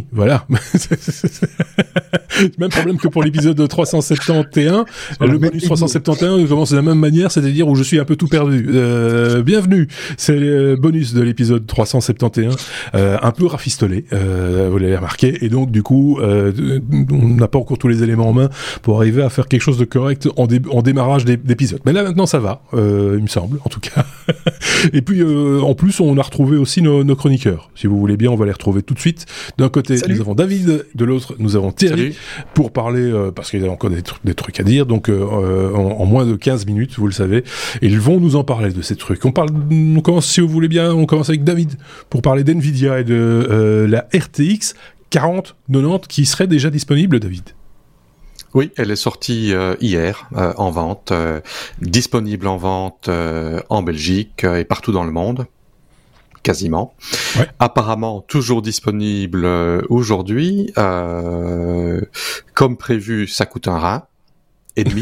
voilà. Même problème que pour l'épisode 371. Le bonus 371 commence de la même manière, c'est-à-dire où je suis un peu tout perdu. Bienvenue, c'est le bonus de l'épisode 371, un peu rafistolé, vous l'avez remarqué, et donc du coup, on n'a pas encore tous les éléments en main pour arriver à faire quelque chose de correct en démarrage d'épisode. Mais là maintenant ça va, il me semble, en tout cas. Et puis en plus on a retrouvé aussi nos chroniqueurs. Si vous voulez bien, on va les retrouver tout de suite. D'un côté, nous avons David, de l'autre, nous avons Thierry. Salut. Pour parler, parce qu'il y a encore des trucs à dire, donc en moins de 15 minutes, vous le savez, et ils vont nous en parler de ces trucs. On commence, si vous voulez bien, on commence avec David, pour parler d'NVIDIA et de la RTX 4090, qui serait déjà disponible, David. Oui, elle est sortie hier en vente, disponible en vente en Belgique et partout dans le monde. Quasiment. Ouais. Apparemment, toujours disponible aujourd'hui. Comme prévu, ça coûte un rein et demi.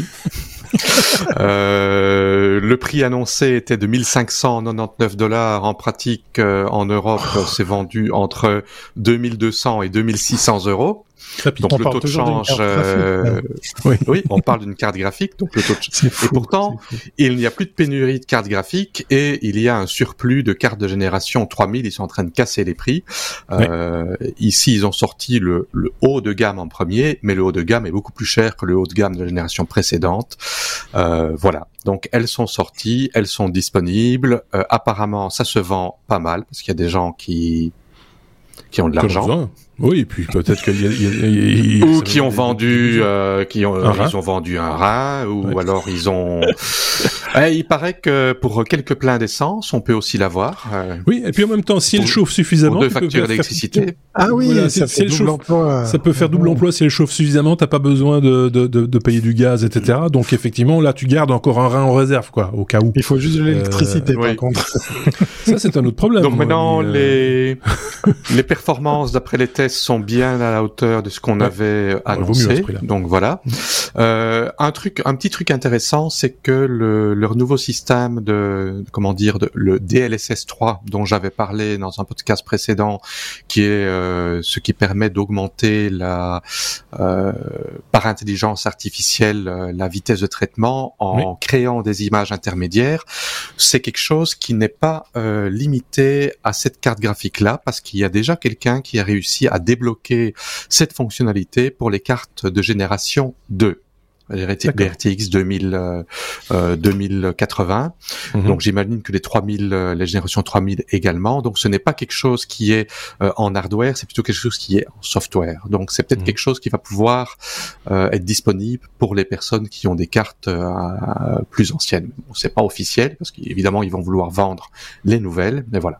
Le prix annoncé était de 1599 $. En pratique, en Europe, c'est vendu entre 2200 et 2600 €. Donc le taux de change, oui, on parle d'une carte graphique, donc le taux de change. Et pourtant, il n'y a plus de pénurie de cartes graphiques et il y a un surplus de cartes de génération 3000. Ils sont en train de casser les prix. Ici, ils ont sorti le haut de gamme en premier, mais le haut de gamme est beaucoup plus cher que le haut de gamme de la génération précédente. Voilà. Donc elles sont sorties, elles sont disponibles. Apparemment, ça se vend pas mal parce qu'il y a des gens qui ont de l'argent. Oui, et puis peut-être qu'il y a ou qui ont vendu, ils ont vendu un rein, ou alors ils ont. Il paraît que pour quelques pleins d'essence, on peut aussi l'avoir. Oui, et puis en même temps, si elle chauffe suffisamment, pour 2 factures d'électricité. Ah oui, voilà, ça fait double emploi. Ça peut faire double emploi si elle chauffe suffisamment. T'as pas besoin de payer du gaz, etc. Donc effectivement, là, tu gardes encore un rein en réserve, quoi, au cas où. Il faut juste de l'électricité, par contre. Ça, c'est un autre problème. Donc maintenant, les performances d'après les tests sont bien à la hauteur de ce qu'on avait annoncé. Donc voilà. Un petit truc intéressant, c'est que leur nouveau système le DLSS 3 dont j'avais parlé dans un podcast précédent, qui est ce qui permet d'augmenter par intelligence artificielle la vitesse de traitement en créant des images intermédiaires, c'est quelque chose qui n'est pas limité à cette carte graphique-là, parce qu'il y a déjà quelqu'un qui a réussi à débloquer cette fonctionnalité pour les cartes de génération 2. Les RTX 2080. Donc j'imagine que les générations 3000 également. Donc ce n'est pas quelque chose qui est en hardware, c'est plutôt quelque chose qui est en software. Donc c'est peut-être quelque chose qui va pouvoir être disponible pour les personnes qui ont des cartes plus anciennes. Bon, c'est pas officiel parce qu'évidemment ils vont vouloir vendre les nouvelles, mais voilà.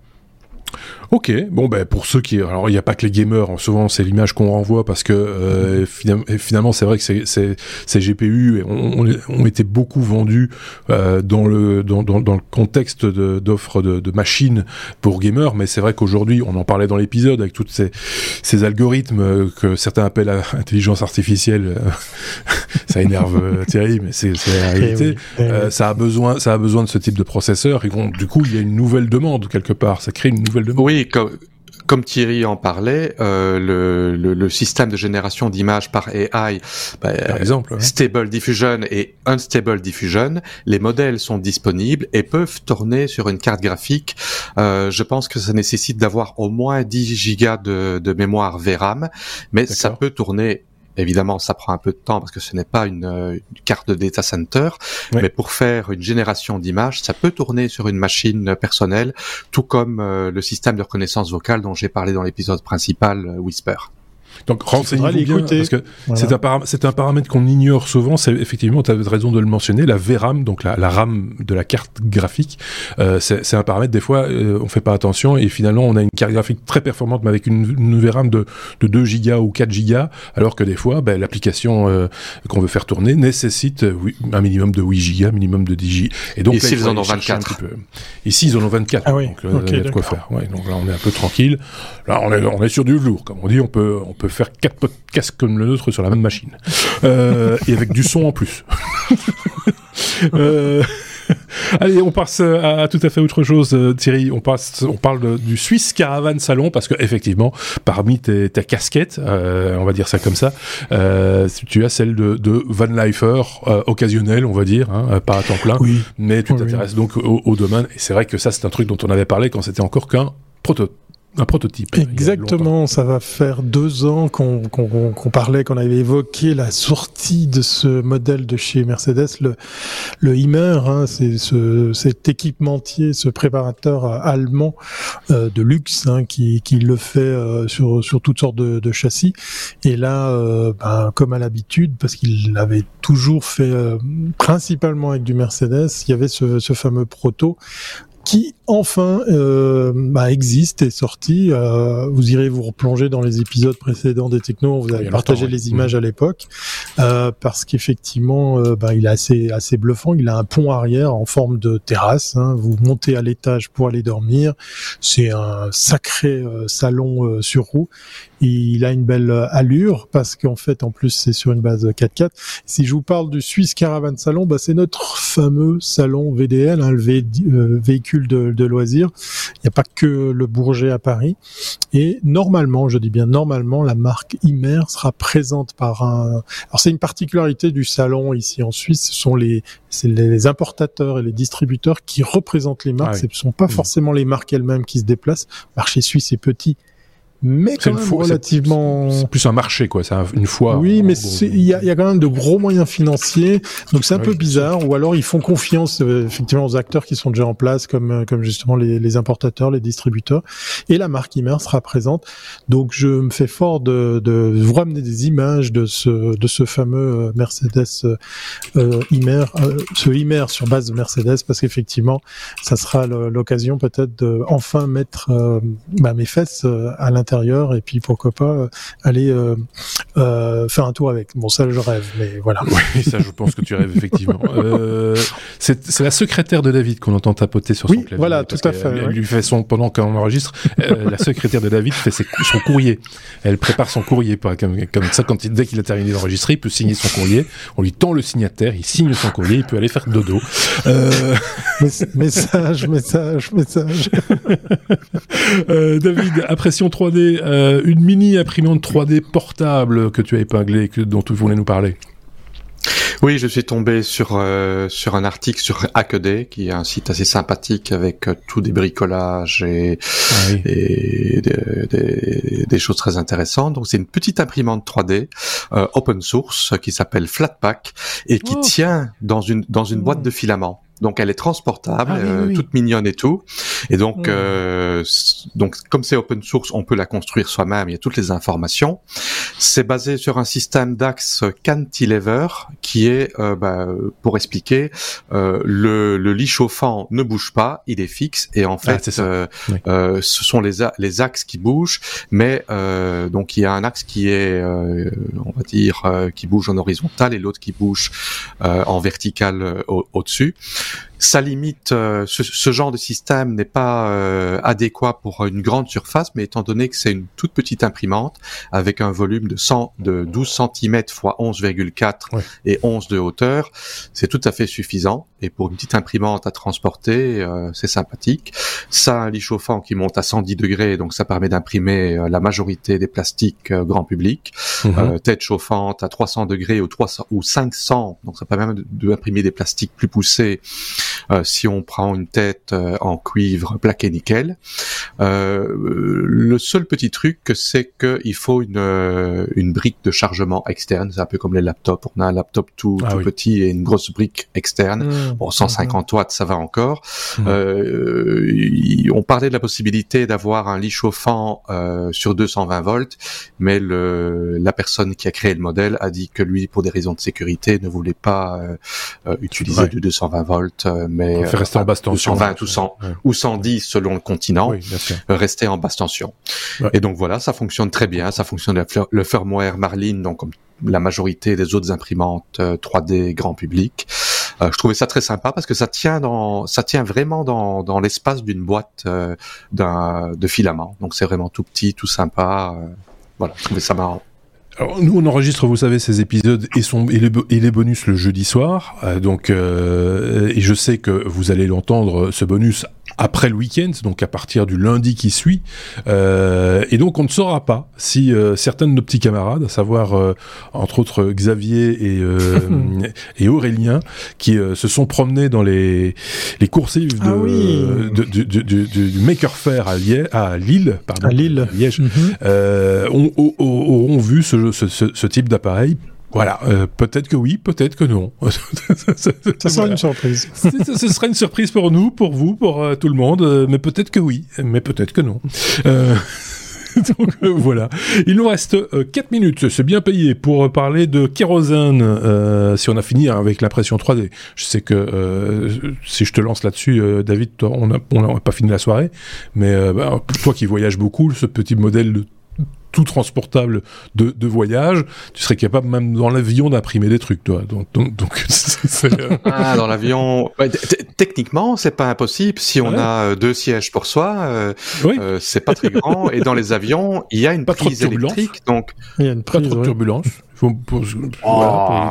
Ok, bon pour ceux qui, alors il n'y a pas que les gamers, souvent c'est l'image qu'on renvoie parce que finalement c'est vrai que ces GPU ont été beaucoup vendus dans le contexte d'offres de machines pour gamers, mais c'est vrai qu'aujourd'hui, on en parlait dans l'épisode avec toutes ces algorithmes que certains appellent intelligence artificielle, ça énerve Thierry, mais c'est la réalité. Ça a besoin de ce type de processeur et du coup il y a une nouvelle demande quelque part, ça crée une nouvelle demande. Oui, comme Thierry en parlait, le système de génération d'images par AI, par exemple, Stable Diffusion et Unstable Diffusion, les modèles sont disponibles et peuvent tourner sur une carte graphique. Je pense que ça nécessite d'avoir au moins 10 gigas de mémoire VRAM, mais ça peut tourner. Évidemment, ça prend un peu de temps parce que ce n'est pas une carte de data center, mais pour faire une génération d'images, ça peut tourner sur une machine personnelle, tout comme le système de reconnaissance vocale dont j'ai parlé dans l'épisode principal, Whisper. Donc renseignez-vous bien, parce que c'est un paramètre qu'on ignore souvent, c'est effectivement, tu as raison de le mentionner, la VRAM, donc la RAM de la carte graphique, c'est un paramètre, des fois, on fait pas attention, et finalement, on a une carte graphique très performante, mais avec une VRAM de 2 gigas ou 4 gigas, alors que des fois, l'application qu'on veut faire tourner nécessite un minimum de 8 gigas, minimum de 10 gigas. Et donc, ici, ils en ont 24. Ici, ils en ont 24, ah oui. Donc il y a de quoi faire. Ouais, donc là, on est un peu tranquille. Là, on est sur du velours, comme on dit, on peut faire 4 podcasts comme le nôtre sur la même machine. Et avec du son en plus. Allez, on passe à tout à fait autre chose, Thierry. On parle du Swiss Caravan Salon parce que effectivement, parmi tes casquettes, on va dire ça comme ça, tu as celle de van lifer occasionnel, on va dire, hein, pas à temps plein, mais tu t'intéresses donc au domaine. Et c'est vrai que ça, c'est un truc dont on avait parlé quand c'était encore qu'un prototype. Exactement, ça va faire 2 ans qu'on parlait, qu'on avait évoqué la sortie de ce modèle de chez Mercedes, le Hymer, hein, c'est cet équipementier, ce préparateur allemand de luxe, hein, qui le fait sur toutes sortes de châssis. Et là, comme à l'habitude, parce qu'il avait toujours fait principalement avec du Mercedes, il y avait ce fameux proto qui enfin existe, est sorti. Vous irez vous replonger dans les épisodes précédents des Technos, on vous avez partagé les images à l'époque, parce qu'effectivement il est assez bluffant. Il a un pont arrière en forme de terrasse, hein. Vous montez à l'étage pour aller dormir, c'est un sacré salon sur roue. Il a une belle allure parce qu'en fait, en plus, c'est sur une base 4x4. Si je vous parle du Swiss Caravan Salon, c'est notre fameux salon VDL, hein, le véhicule de loisirs. Il n'y a pas que le Bourget à Paris. Et normalement, je dis bien normalement, la marque Hymer sera présente par un... Alors, c'est une particularité du salon ici en Suisse. C'est les importateurs et les distributeurs qui représentent les marques. Ce ne sont pas forcément les marques elles-mêmes qui se déplacent. Le marché suisse est petit, mais quand même relativement... C'est plus un marché, quoi. C'est une fois... Oui, mais il y a quand même de gros moyens financiers, donc c'est un peu bizarre. Ou alors ils font confiance effectivement aux acteurs qui sont déjà en place, comme justement les importateurs, les distributeurs. Et la marque Hymer sera présente. Donc je me fais fort de vous ramener des images de ce fameux Mercedes Hymer, ce Hymer sur base de Mercedes, parce qu'effectivement, ça sera l'occasion peut-être de enfin mettre mes fesses à l'intérieur, et puis pourquoi pas aller faire un tour avec. Bon, ça je rêve, mais voilà. Oui, ça je pense que tu rêves effectivement. C'est la secrétaire de David qu'on entend tapoter sur son clavier. Voilà, tout à fait. Elle lui fait pendant qu'on enregistre, la secrétaire de David fait son courrier. Elle prépare son courrier, comme ça, dès qu'il a terminé d'enregistrer, il peut signer son courrier. On lui tend le signataire, il signe son courrier, il peut aller faire dodo. Message. David, Impression 3D, une mini imprimante 3D portable que tu as épinglée, dont tu voulais nous parler. Oui, je suis tombé sur un article sur Hackaday, qui est un site assez sympathique avec tout des bricolages et des choses très intéressantes. Donc c'est une petite imprimante 3D open source qui s'appelle Flatpak et qui tient dans une boîte de filaments. Donc elle est transportable, toute mignonne et tout. Et donc, donc comme c'est open source, on peut la construire soi-même. Il y a toutes les informations. C'est basé sur un système d'axe cantilever qui est, pour expliquer, le lit chauffant ne bouge pas, il est fixe. Et en fait, ce sont les axes qui bougent. Mais donc il y a un axe qui est, on va dire, qui bouge en horizontal et l'autre qui bouge en vertical au-dessus. Ça limite, ce genre de système n'est pas adéquat pour une grande surface, mais étant donné que c'est une toute petite imprimante avec un volume de 12 cm x 11,4 et 11 de hauteur, c'est tout à fait suffisant. Et pour une petite imprimante à transporter, c'est sympathique. Ça a un lit chauffant qui monte à 110 degrés, donc ça permet d'imprimer la majorité des plastiques grand public. Tête chauffante à 300 degrés ou 500, donc ça permet même d'imprimer des plastiques plus poussés. Si on prend une tête en cuivre plaqué nickel, le seul petit truc, c'est que il faut une brique de chargement externe. C'est un peu comme les laptops. On a un laptop tout petit et une grosse brique externe. Bon, 150 watts, ça va encore. On parlait de la possibilité d'avoir un lit chauffant sur 220 volts, mais la personne qui a créé le modèle a dit que lui, pour des raisons de sécurité, ne voulait pas utiliser du 220 volts, mais fait rester en basse tension, 220 ou 110 selon le continent, rester en basse tension. Et donc voilà, ça fonctionne très bien. Ça fonctionne le firmware Marlin, donc comme la majorité des autres imprimantes 3D grand public. Je trouvais ça très sympa parce que ça tient vraiment dans l'espace d'une boîte de filaments. Donc c'est vraiment tout petit, tout sympa. Voilà, je trouvais ça marrant. Alors, nous, on enregistre, vous savez, ces épisodes et les bonus le jeudi soir. Et je sais que vous allez l'entendre, ce bonus, après le week-end, donc à partir du lundi qui suit. Et donc, on ne saura pas si certains de nos petits camarades, à savoir, entre autres, Xavier et Aurélien, qui se sont promenés dans les coursives du Maker Faire à Lille, pardon. À Lille. Liège, auront vu ce type d'appareil. Voilà, peut-être que oui, peut-être que non. Ça sera une surprise. Ce sera une surprise pour nous, pour vous, pour tout le monde, mais peut-être que oui, mais peut-être que non. Donc voilà. Il nous reste 4 minutes, c'est bien payé, pour parler de kérosène, si on a fini avec l'impression 3D. Je sais que si je te lance là-dessus, David, toi, on n'a pas fini la soirée, mais toi qui voyages beaucoup, ce petit modèle de tout transportable de voyage, tu serais capable même dans l'avion d'imprimer des trucs, toi. Donc dans l'avion, techniquement, c'est pas impossible si on a 2 sièges pour soi. C'est pas très grand. Et dans les avions, il y a une prise électrique, donc il y a une prise, pas trop de turbulence. Moi,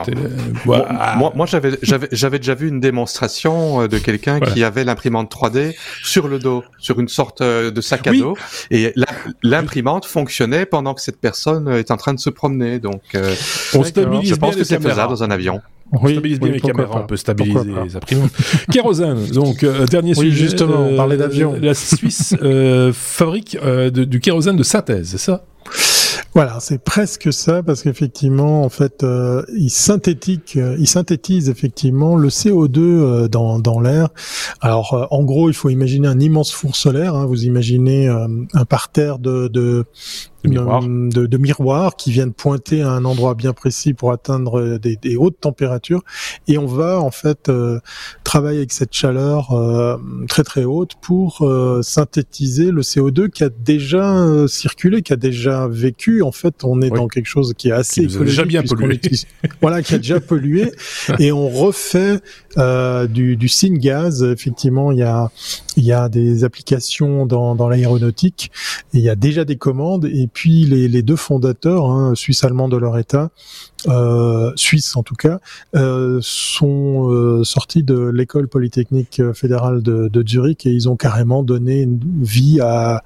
j'avais déjà vu une démonstration de quelqu'un qui avait l'imprimante 3D sur le dos, sur une sorte de sac à dos, et l'imprimante fonctionnait pendant que cette personne est en train de se promener. Donc, on stabilise. Je pense que c'est faisable dans un avion. On stabilise bien les caméras, on peut stabiliser les imprimantes. Kérosène, donc dernier sujet. Justement, on parlait d'avion. La Suisse fabrique du kérosène de synthèse, c'est ça? Voilà, c'est presque ça, parce qu'effectivement, en fait, il synthétise effectivement le CO2 dans l'air. Alors, en gros, il faut imaginer un immense four solaire. Hein, vous imaginez un parterre de miroirs qui viennent pointer à un endroit bien précis pour atteindre des hautes températures, et on va en fait travailler avec cette chaleur très très haute pour synthétiser le CO2 qui a déjà circulé, qui a déjà vécu. En fait, on est dans quelque chose qui est assez écologique, déjà bien pollué. Voilà, qui a déjà pollué, et on refait du syngas. Effectivement, il y a des applications dans l'aéronautique, et il y a déjà des commandes. Et puis les deux fondateurs, suisse-allemands de leur état, suisse en tout cas, sont sortis de l'école polytechnique fédérale de Zurich, et ils ont carrément donné une vie à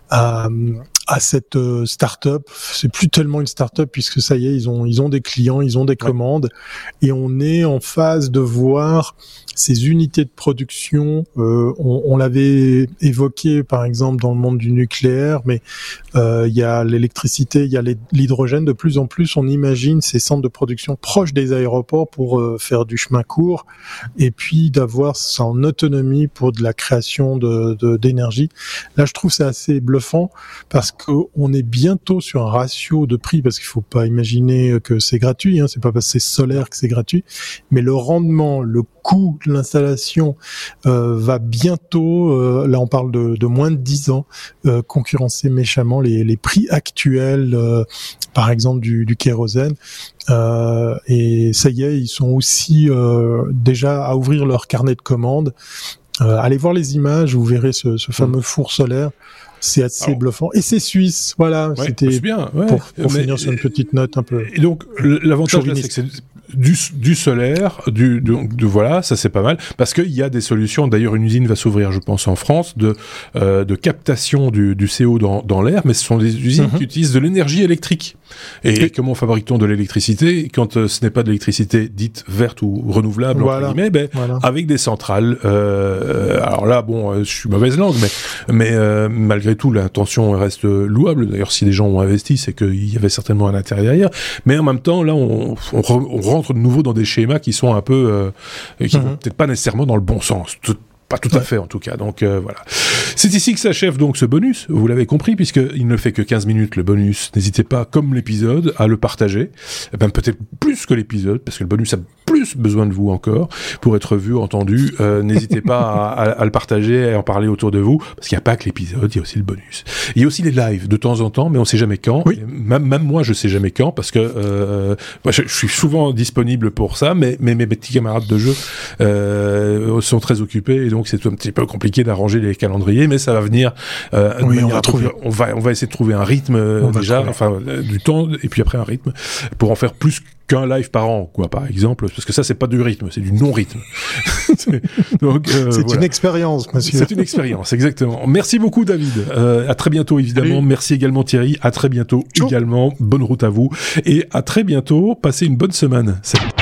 cette start-up. C'est plus tellement une start-up, puisque ça y est, ils ont des clients, ils ont des commandes, et on est en phase de voir ces unités de production. On l'avait évoqué par exemple dans le monde du nucléaire, mais il y a l'électricité, il y a l'hydrogène. De plus en plus, on imagine ces centres de production proches des aéroports pour faire du chemin court, et puis d'avoir ça en autonomie pour de la création d'énergie. Là, je trouve ça assez bluffant, parce qu'on est bientôt sur un ratio de prix, parce qu'il faut pas imaginer que c'est gratuit, c'est pas parce que c'est solaire que c'est gratuit, mais le rendement, le coût de l'installation va bientôt, là on parle de moins de 10 ans, concurrencer méchamment les prix actuels, par exemple du kérosène. Et ça y est, ils sont aussi déjà à ouvrir leur carnet de commandes. Allez voir les images, vous verrez ce fameux four solaire. C'est assez bluffant. Et c'est suisse, voilà. C'était bien, pour finir sur une petite note un peu. Et donc, l'avantage, là, c'est que c'est du solaire, voilà, ça c'est pas mal, parce qu'il y a des solutions. D'ailleurs, une usine va s'ouvrir, je pense, en France, de captation du CO dans l'air, mais ce sont des usines qui utilisent de l'énergie électrique. Et comment fabrique-t-on de l'électricité quand ce n'est pas de l'électricité dite verte ou renouvelable, entre guillemets, avec des centrales. Alors là, je suis mauvaise langue, mais malgré tout, l'intention reste louable. D'ailleurs, si les gens ont investi, c'est qu'il y avait certainement un intérêt derrière. Mais en même temps, là, on rentre de nouveau dans des schémas qui sont un peu, qui vont peut-être pas nécessairement dans le bon sens. Pas tout à fait, en tout cas. Donc, voilà. C'est ici que s'achève donc ce bonus. Vous l'avez compris, puisqu'il ne fait que 15 minutes, le bonus. N'hésitez pas, comme l'épisode, à le partager. Peut-être plus que l'épisode, parce que le bonus a plus besoin de vous encore pour être vu, entendu. N'hésitez pas à le partager et à en parler autour de vous, parce qu'il n'y a pas que l'épisode, il y a aussi le bonus. Il y a aussi les lives de temps en temps, mais on ne sait jamais quand. Oui. Même moi, je ne sais jamais quand, parce que moi, je suis souvent disponible pour ça, mais mes petits camarades de jeu sont très occupés, et donc c'est un petit peu compliqué d'arranger les calendriers. février, mais ça va venir. Oui, on va essayer de trouver un rythme du temps, et puis après un rythme pour en faire plus qu'un live par an, quoi, par exemple, parce que ça, c'est pas du rythme, c'est du non-rythme. Donc, c'est une expérience, monsieur. C'est une expérience, exactement. Merci beaucoup, David. À très bientôt, évidemment. Salut. Merci également, Thierry. À très bientôt également. Bonne route à vous. Et à très bientôt. Passez une bonne semaine. Salut.